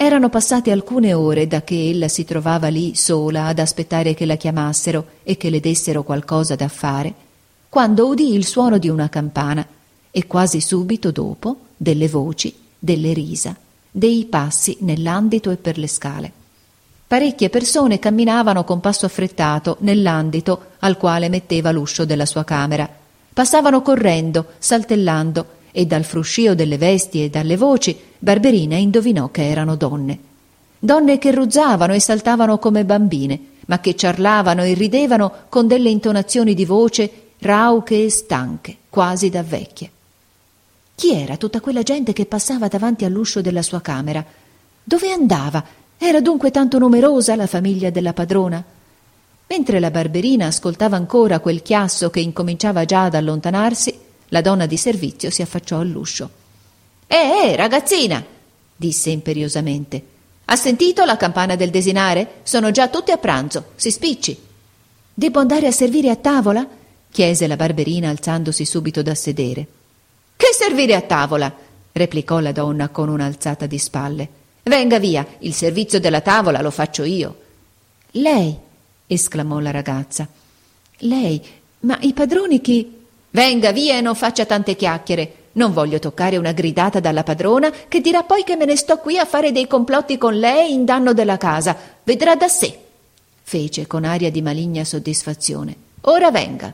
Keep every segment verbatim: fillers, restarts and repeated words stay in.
Erano passate alcune ore da che ella si trovava lì sola ad aspettare che la chiamassero e che le dessero qualcosa da fare, quando udì il suono di una campana e quasi subito dopo delle voci, delle risa, dei passi nell'andito e per le scale. Parecchie persone camminavano con passo affrettato nell'andito al quale metteva l'uscio della sua camera. Passavano correndo, saltellando, e dal fruscio delle vesti e dalle voci Barberina indovinò che erano donne. Donne che ruzzavano e saltavano come bambine, ma che ciarlavano e ridevano con delle intonazioni di voce rauche e stanche, quasi da vecchie. Chi era tutta quella gente che passava davanti all'uscio della sua camera? Dove andava? Era dunque tanto numerosa la famiglia della padrona? Mentre la Barberina ascoltava ancora quel chiasso che incominciava già ad allontanarsi, la donna di servizio si affacciò all'uscio. «Eh, eh, ragazzina!» disse imperiosamente. «Ha sentito la campana del desinare? Sono già tutte a pranzo, si spicci!» «Debbo andare a servire a tavola?» chiese la Barberina alzandosi subito da sedere. «Che servire a tavola?» replicò la donna con un'alzata di spalle. «Venga via, il servizio della tavola lo faccio io!» «Lei?» esclamò la ragazza. «Lei? Ma i padroni chi?» «Venga via e non faccia tante chiacchiere. Non voglio toccare una gridata dalla padrona che dirà poi che me ne sto qui a fare dei complotti con lei in danno della casa. Vedrà da sé», fece con aria di maligna soddisfazione. «Ora venga».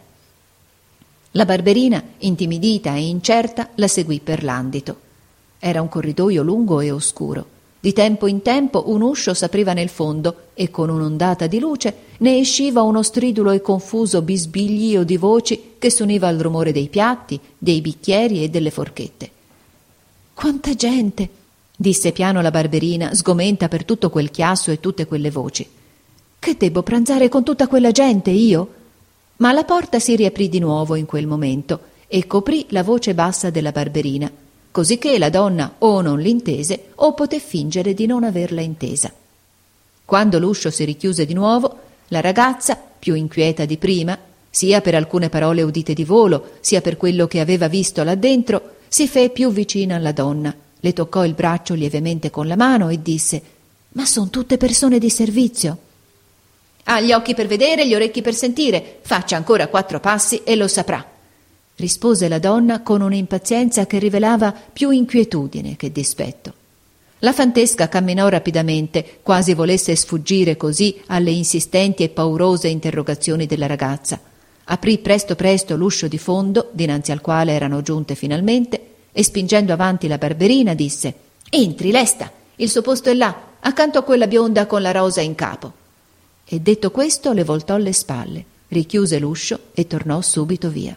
La Barberina, intimidita e incerta, la seguì per l'andito. Era un corridoio lungo e oscuro. Di tempo in tempo un uscio s'apriva nel fondo e con un'ondata di luce ne esciva uno stridulo e confuso bisbiglio di voci che s'univa al rumore dei piatti, dei bicchieri e delle forchette. «Quanta gente!» disse piano la Barberina, sgomenta per tutto quel chiasso e tutte quelle voci. «Che debbo pranzare con tutta quella gente, io?» Ma la porta si riaprì di nuovo in quel momento e coprì la voce bassa della Barberina, cosicché la donna o non l'intese o poté fingere di non averla intesa. Quando l'uscio si richiuse di nuovo, la ragazza, più inquieta di prima, sia per alcune parole udite di volo, sia per quello che aveva visto là dentro, si fe più vicina alla donna, le toccò il braccio lievemente con la mano e disse: «Ma son tutte persone di servizio». «Ha gli occhi per vedere e gli orecchi per sentire. Faccia ancora quattro passi e lo saprà», rispose la donna con un'impazienza che rivelava più inquietudine che dispetto. La fantesca camminò rapidamente, quasi volesse sfuggire così alle insistenti e paurose interrogazioni della ragazza. Aprì presto presto l'uscio di fondo, dinanzi al quale erano giunte finalmente, e spingendo avanti la Barberina disse: «Entri, lesta, il suo posto è là, accanto a quella bionda con la rosa in capo». E detto questo le voltò le spalle, richiuse l'uscio e tornò subito via.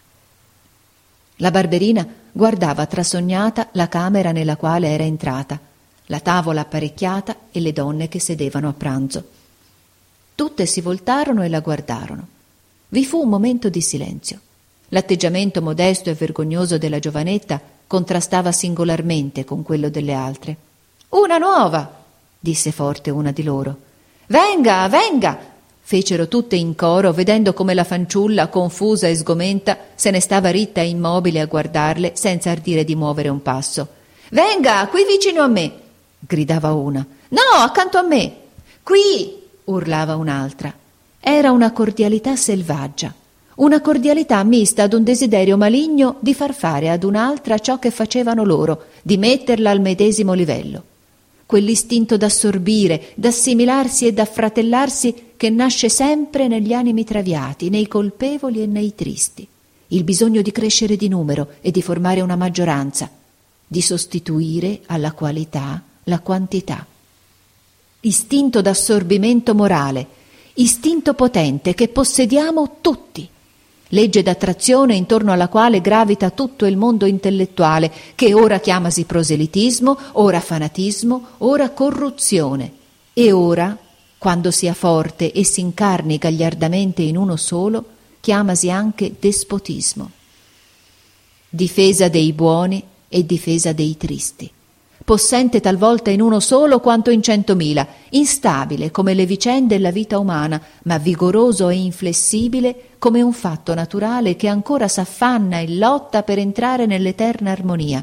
La Barberina guardava trasognata la camera nella quale era entrata, la tavola apparecchiata e le donne che sedevano a pranzo. Tutte si voltarono e la guardarono. Vi fu un momento di silenzio. L'atteggiamento modesto e vergognoso della giovanetta contrastava singolarmente con quello delle altre. «Una nuova!» disse forte una di loro. «Venga, venga!» fecero tutte in coro, vedendo come la fanciulla, confusa e sgomenta, se ne stava ritta e immobile a guardarle senza ardire di muovere un passo. «Venga, qui vicino a me!» gridava una. «No, accanto a me!» «Qui!» urlava un'altra. Era una cordialità selvaggia, una cordialità mista ad un desiderio maligno di far fare ad un'altra ciò che facevano loro, di metterla al medesimo livello. Quell'istinto d'assorbire, d'assimilarsi e d'affratellarsi che nasce sempre negli animi traviati, nei colpevoli e nei tristi. Il bisogno di crescere di numero e di formare una maggioranza, di sostituire alla qualità la quantità. Istinto d'assorbimento morale, istinto potente che possediamo tutti. Legge d'attrazione intorno alla quale gravita tutto il mondo intellettuale, che ora chiamasi proselitismo, ora fanatismo, ora corruzione, e ora, quando sia forte e si incarni gagliardamente in uno solo, chiamasi anche despotismo. Difesa dei buoni e difesa dei tristi. Possente talvolta in uno solo quanto in centomila, instabile come le vicende e la vita umana, ma vigoroso e inflessibile come un fatto naturale che ancora s'affanna e lotta per entrare nell'eterna armonia,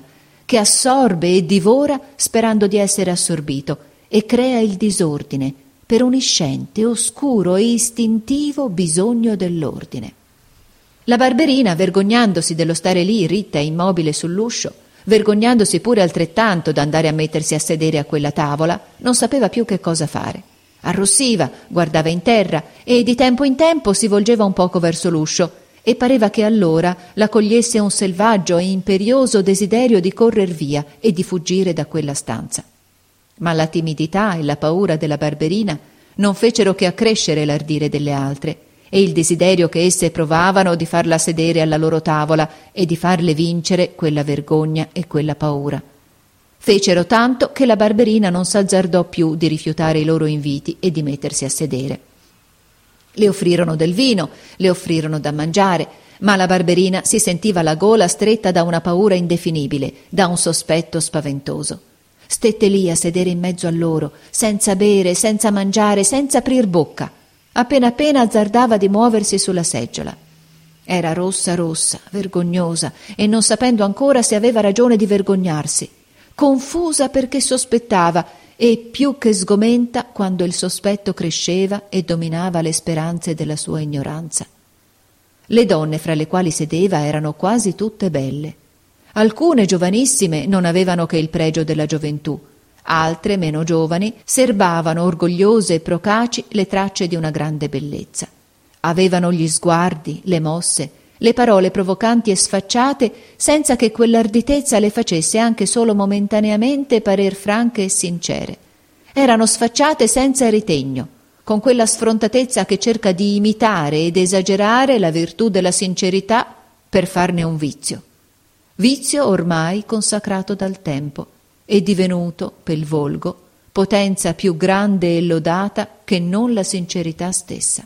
che assorbe e divora sperando di essere assorbito e crea il disordine per un iscente, oscuro e istintivo bisogno dell'ordine. La Barberina, vergognandosi dello stare lì ritta e immobile sull'uscio, vergognandosi pure altrettanto d'andare a mettersi a sedere a quella tavola, non sapeva più che cosa fare. Arrossiva, guardava in terra e di tempo in tempo si volgeva un poco verso l'uscio e pareva che allora la cogliesse un selvaggio e imperioso desiderio di correr via e di fuggire da quella stanza. Ma la timidità e la paura della Barberina non fecero che accrescere l'ardire delle altre e il desiderio che esse provavano di farla sedere alla loro tavola e di farle vincere quella vergogna e quella paura. Fecero tanto che la Barberina non s'azzardò più di rifiutare i loro inviti e di mettersi a sedere. Le offrirono del vino, le offrirono da mangiare, ma la Barberina si sentiva la gola stretta da una paura indefinibile, da un sospetto spaventoso. Stette lì a sedere in mezzo a loro, senza bere, senza mangiare, senza aprir bocca. Appena appena azzardava di muoversi sulla seggiola. Era rossa rossa, vergognosa, e non sapendo ancora se aveva ragione di vergognarsi, confusa perché sospettava e più che sgomenta quando il sospetto cresceva e dominava le speranze della sua ignoranza. Le donne fra le quali sedeva erano quasi tutte belle. Alcune giovanissime non avevano che il pregio della gioventù, altre, meno giovani, serbavano orgogliose e procaci le tracce di una grande bellezza. Avevano gli sguardi, le mosse, le parole provocanti e sfacciate, senza che quell'arditezza le facesse anche solo momentaneamente parer franche e sincere. Erano sfacciate senza ritegno, con quella sfrontatezza che cerca di imitare ed esagerare la virtù della sincerità per farne un vizio. Vizio ormai consacrato dal tempo e divenuto, pel volgo, potenza più grande e lodata che non la sincerità stessa.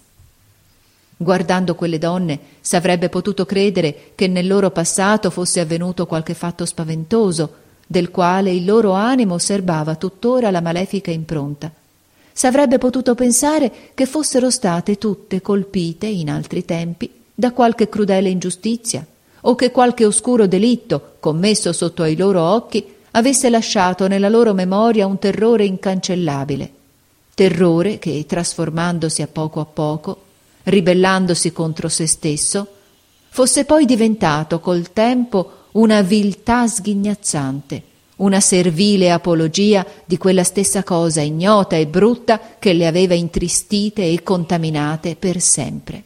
Guardando quelle donne s'avrebbe potuto credere che nel loro passato fosse avvenuto qualche fatto spaventoso, del quale il loro animo serbava tuttora la malefica impronta. S'avrebbe potuto pensare che fossero state tutte colpite, in altri tempi, da qualche crudele ingiustizia, o che qualche oscuro delitto, commesso sotto ai loro occhi, avesse lasciato nella loro memoria un terrore incancellabile. Terrore che, trasformandosi a poco a poco, ribellandosi contro se stesso, fosse poi diventato col tempo una viltà sghignazzante, una servile apologia di quella stessa cosa ignota e brutta che le aveva intristite e contaminate per sempre.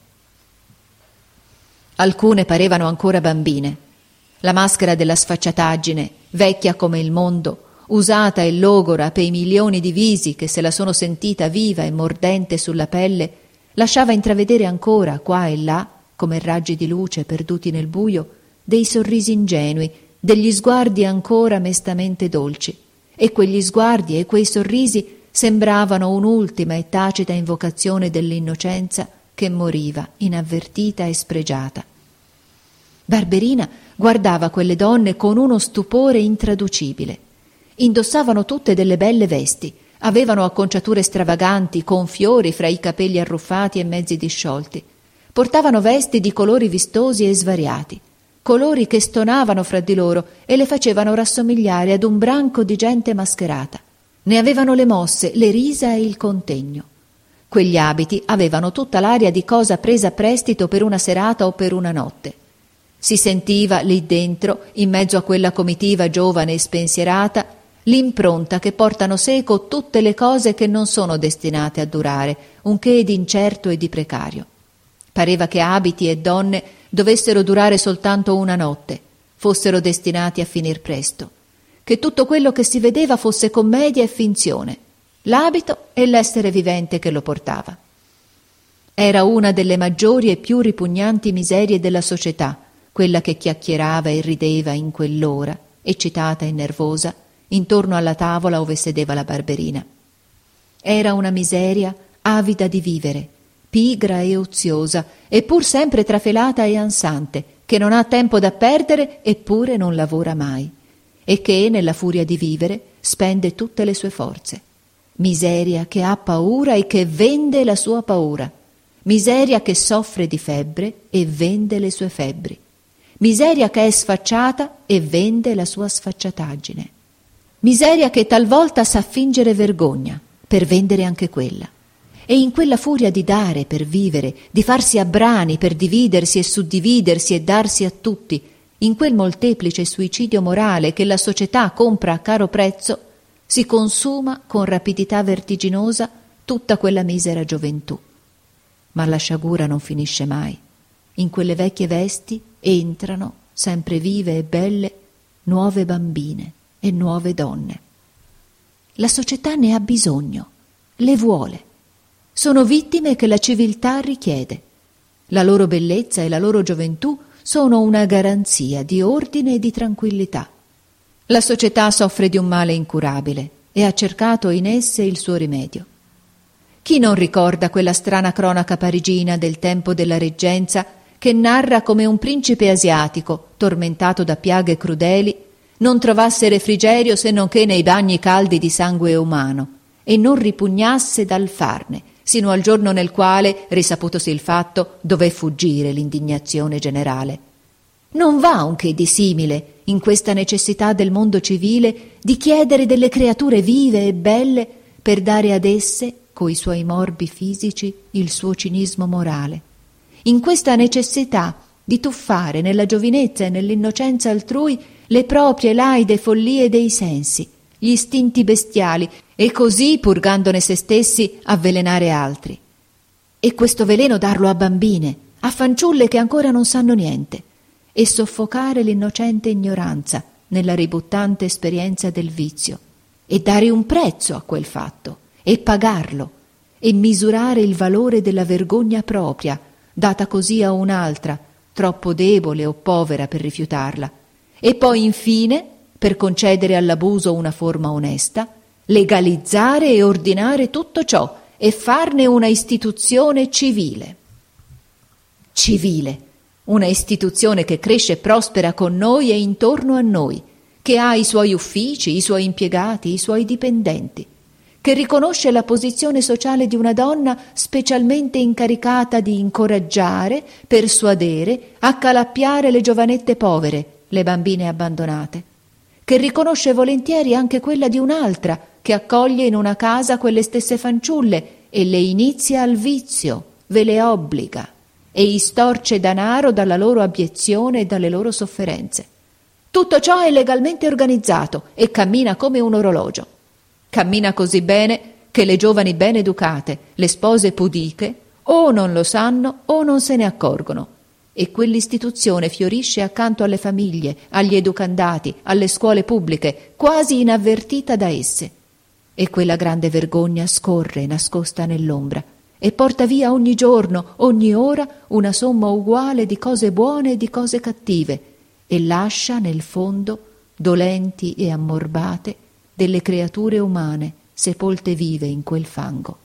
Alcune parevano ancora bambine. La maschera della sfacciataggine, vecchia come il mondo, usata e logora pei milioni di visi che se la sono sentita viva e mordente sulla pelle, lasciava intravedere ancora, qua e là, come raggi di luce perduti nel buio, dei sorrisi ingenui, degli sguardi ancora mestamente dolci, e quegli sguardi e quei sorrisi sembravano un'ultima e tacita invocazione dell'innocenza che moriva inavvertita e spregiata. Barberina guardava quelle donne con uno stupore intraducibile. Indossavano tutte delle belle vesti, avevano acconciature stravaganti con fiori fra i capelli arruffati e mezzi disciolti. Portavano vesti di colori vistosi e svariati, colori che stonavano fra di loro e le facevano rassomigliare ad un branco di gente mascherata. Ne avevano le mosse, le risa e il contegno. Quegli abiti avevano tutta l'aria di cosa presa a prestito per una serata o per una notte. Si sentiva lì dentro, in mezzo a quella comitiva giovane e spensierata, l'impronta che portano seco tutte le cose che non sono destinate a durare, un che di incerto e di precario. Pareva che abiti e donne dovessero durare soltanto una notte, fossero destinati a finir presto, che tutto quello che si vedeva fosse commedia e finzione, l'abito e l'essere vivente che lo portava. Era una delle maggiori e più ripugnanti miserie della società, quella che chiacchierava e rideva in quell'ora, eccitata e nervosa, intorno alla tavola ove sedeva la Barberina. Era una miseria avida di vivere, pigra e oziosa, eppur sempre trafelata e ansante, che non ha tempo da perdere eppure non lavora mai, e che, nella furia di vivere, spende tutte le sue forze. Miseria che ha paura e che vende la sua paura. Miseria che soffre di febbre e vende le sue febbri. miseria che è sfacciata e vende la sua sfacciataggine, miseria che talvolta sa fingere vergogna per vendere anche quella. E in quella furia di dare per vivere, di farsi a brani per dividersi e suddividersi e darsi a tutti, in quel molteplice suicidio morale che la società compra a caro prezzo, si consuma con rapidità vertiginosa tutta quella misera gioventù. Ma la sciagura non finisce mai. In quelle vecchie vesti entrano, sempre vive e belle, nuove bambine e nuove donne. La società ne ha bisogno, le vuole. Sono vittime che la civiltà richiede. La loro bellezza e la loro gioventù sono una garanzia di ordine e di tranquillità. La società soffre di un male incurabile e ha cercato in esse il suo rimedio. Chi non ricorda quella strana cronaca parigina del tempo della reggenza che narra come un principe asiatico, tormentato da piaghe crudeli, non trovasse refrigerio se non che nei bagni caldi di sangue umano e non ripugnasse dal farne, sino al giorno nel quale, risaputosi il fatto, dové fuggire l'indignazione generale. Non va un che di simile in questa necessità del mondo civile di chiedere delle creature vive e belle per dare ad esse, coi suoi morbi fisici, il suo cinismo morale, in questa necessità di tuffare nella giovinezza e nell'innocenza altrui le proprie laide follie dei sensi, gli istinti bestiali, e così, purgandone se stessi, avvelenare altri. E questo veleno darlo a bambine, a fanciulle che ancora non sanno niente, e soffocare l'innocente ignoranza nella ributtante esperienza del vizio, e dare un prezzo a quel fatto, e pagarlo, e misurare il valore della vergogna propria, data così a un'altra, troppo debole o povera per rifiutarla, e poi infine, per concedere all'abuso una forma onesta, legalizzare e ordinare tutto ciò e farne una istituzione civile. Civile, una istituzione che cresce e prospera con noi e intorno a noi, che ha i suoi uffici, i suoi impiegati, i suoi dipendenti, che riconosce la posizione sociale di una donna specialmente incaricata di incoraggiare, persuadere, accalappiare le giovanette povere, le bambine abbandonate, che riconosce volentieri anche quella di un'altra, che accoglie in una casa quelle stesse fanciulle e le inizia al vizio, ve le obbliga e istorce danaro dalla loro abiezione e dalle loro sofferenze. Tutto ciò è legalmente organizzato e cammina come un orologio. Cammina così bene che le giovani ben educate, le spose pudiche, o non lo sanno o non se ne accorgono, e quell'istituzione fiorisce accanto alle famiglie, agli educandati, alle scuole pubbliche, quasi inavvertita da esse. E quella grande vergogna scorre nascosta nell'ombra e porta via ogni giorno, ogni ora, una somma uguale di cose buone e di cose cattive, e lascia nel fondo, dolenti e ammorbate, delle creature umane sepolte vive in quel fango.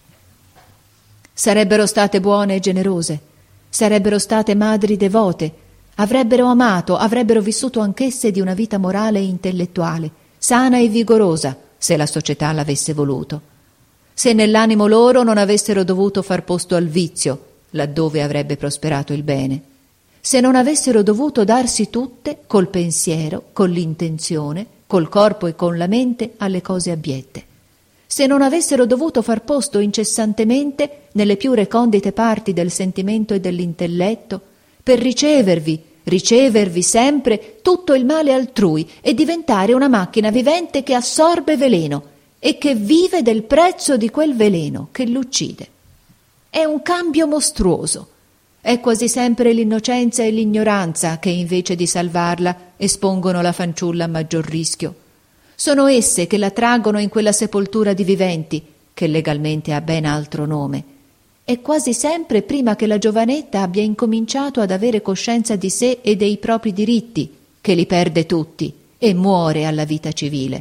Sarebbero state buone e generose, sarebbero state madri devote, avrebbero amato, avrebbero vissuto anch'esse di una vita morale e intellettuale, sana e vigorosa, se la società l'avesse voluto, se nell'animo loro non avessero dovuto far posto al vizio, laddove avrebbe prosperato il bene, se non avessero dovuto darsi tutte col pensiero, con l'intenzione, col corpo e con la mente alle cose abiette, se non avessero dovuto far posto incessantemente nelle più recondite parti del sentimento e dell'intelletto per ricevervi, ricevervi sempre tutto il male altrui e diventare una macchina vivente che assorbe veleno e che vive del prezzo di quel veleno che l'uccide. È un cambio mostruoso. È quasi sempre l'innocenza e l'ignoranza che invece di salvarla espongono la fanciulla a maggior rischio. Sono esse che la traggono in quella sepoltura di viventi, che legalmente ha ben altro nome, e quasi sempre prima che la giovanetta abbia incominciato ad avere coscienza di sé e dei propri diritti, che li perde tutti e muore alla vita civile.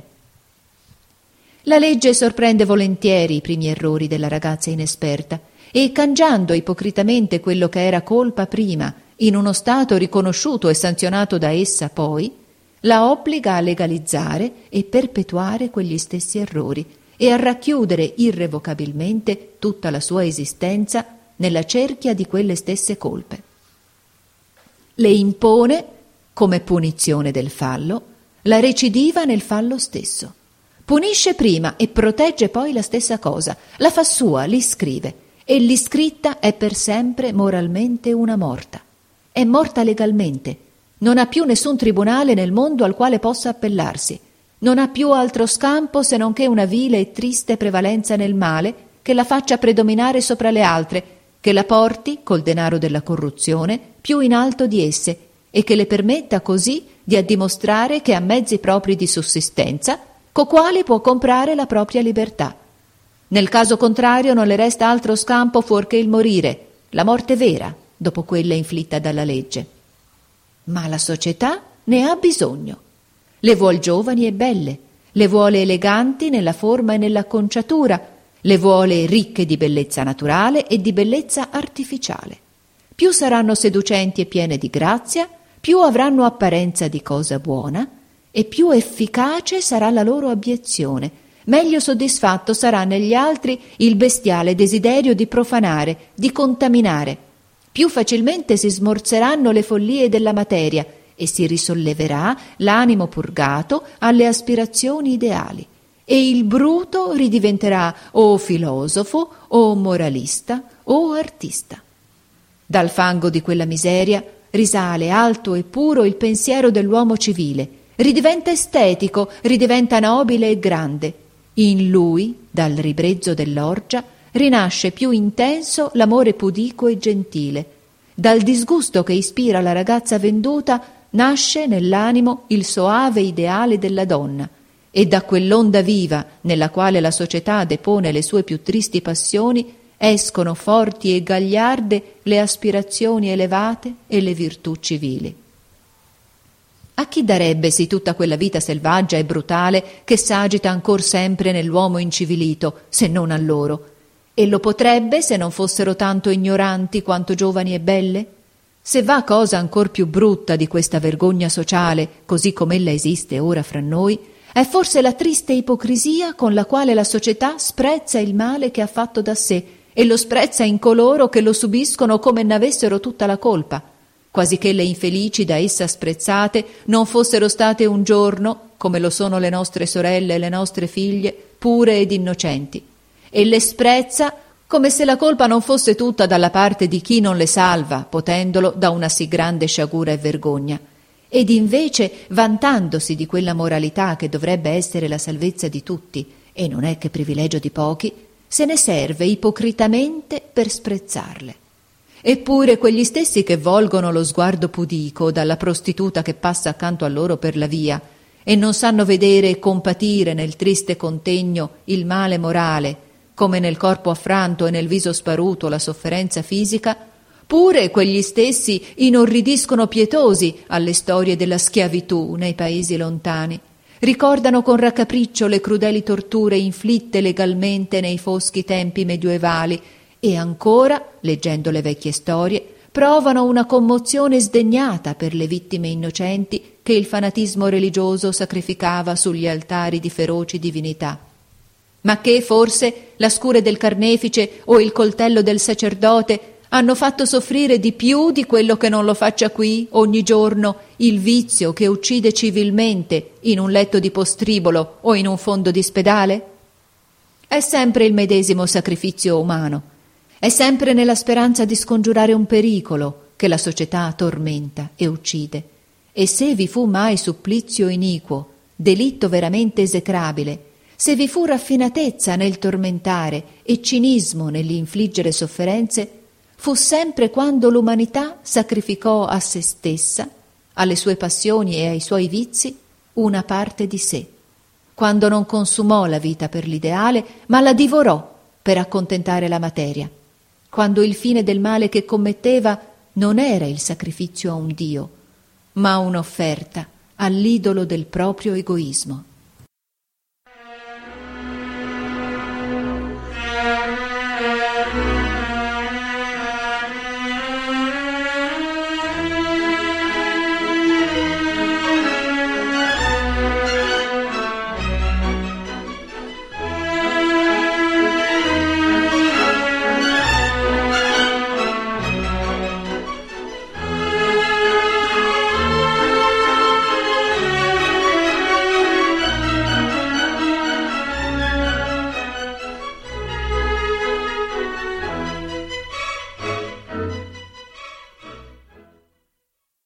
La legge sorprende volentieri i primi errori della ragazza inesperta e, cangiando ipocritamente quello che era colpa prima in uno stato riconosciuto e sanzionato da essa poi, la obbliga a legalizzare e perpetuare quegli stessi errori e a racchiudere irrevocabilmente tutta la sua esistenza nella cerchia di quelle stesse colpe. Le impone come punizione del fallo, la recidiva nel fallo stesso. Punisce prima e protegge poi la stessa cosa, la fa sua, l'iscrive, e l'iscritta è per sempre moralmente una morta. È morta legalmente, non ha più nessun tribunale nel mondo al quale possa appellarsi, non ha più altro scampo se non che una vile e triste prevalenza nel male che la faccia predominare sopra le altre, che la porti, col denaro della corruzione, più in alto di esse e che le permetta così di addimostrare che ha mezzi propri di sussistenza, co quali può comprare la propria libertà. Nel caso contrario non le resta altro scampo fuorché il morire, la morte vera, dopo quella inflitta dalla legge. Ma la società ne ha bisogno. Le vuol giovani e belle, le vuole eleganti nella forma e nell'acconciatura, le vuole ricche di bellezza naturale e di bellezza artificiale. Più saranno seducenti e piene di grazia, più avranno apparenza di cosa buona e più efficace sarà la loro abiezione, meglio soddisfatto sarà negli altri il bestiale desiderio di profanare, di contaminare. Più facilmente si smorzeranno le follie della materia e si risolleverà l'animo purgato alle aspirazioni ideali. E il bruto ridiventerà o filosofo o moralista o artista. Dal fango di quella miseria risale alto e puro il pensiero dell'uomo civile, ridiventa estetico, ridiventa nobile e grande. In lui, dal ribrezzo dell'orgia, rinasce più intenso l'amore pudico e gentile. Dal disgusto che ispira la ragazza venduta nasce nell'animo il soave ideale della donna, e da quell'onda viva nella quale la società depone le sue più tristi passioni escono forti e gagliarde le aspirazioni elevate e le virtù civili. A chi darebbesi tutta quella vita selvaggia e brutale che s'agita ancor sempre nell'uomo incivilito, se non a loro? E lo potrebbe se non fossero tanto ignoranti quanto giovani e belle? Se va cosa ancor più brutta di questa vergogna sociale, così com'ella esiste ora fra noi, è forse la triste ipocrisia con la quale la società sprezza il male che ha fatto da sé e lo sprezza in coloro che lo subiscono come n'avessero tutta la colpa, quasi che le infelici da essa sprezzate non fossero state un giorno, come lo sono le nostre sorelle e le nostre figlie, pure ed innocenti, e le sprezza come se la colpa non fosse tutta dalla parte di chi non le salva, potendolo da una sì grande sciagura e vergogna. Ed invece, vantandosi di quella moralità che dovrebbe essere la salvezza di tutti, e non è che privilegio di pochi, se ne serve ipocritamente per sprezzarle. Eppure quegli stessi che volgono lo sguardo pudico dalla prostituta che passa accanto a loro per la via e non sanno vedere e compatire nel triste contegno il male morale, come nel corpo affranto e nel viso sparuto la sofferenza fisica, pure quegli stessi inorridiscono pietosi alle storie della schiavitù nei paesi lontani, ricordano con raccapriccio le crudeli torture inflitte legalmente nei foschi tempi medioevali e ancora, leggendo le vecchie storie, provano una commozione sdegnata per le vittime innocenti che il fanatismo religioso sacrificava sugli altari di feroci divinità. Ma che forse la scure del carnefice o il coltello del sacerdote hanno fatto soffrire di più di quello che non lo faccia qui ogni giorno il vizio che uccide civilmente in un letto di postribolo o in un fondo di spedale? È sempre il medesimo sacrificio umano, è sempre nella speranza di scongiurare un pericolo che la società tormenta e uccide. E se vi fu mai supplizio iniquo, delitto veramente esecrabile, se vi fu raffinatezza nel tormentare e cinismo nell'infliggere sofferenze, fu sempre quando l'umanità sacrificò a se stessa, alle sue passioni e ai suoi vizi, una parte di sé, quando non consumò la vita per l'ideale, ma la divorò per accontentare la materia, quando il fine del male che commetteva non era il sacrificio a un Dio, ma un'offerta all'idolo del proprio egoismo.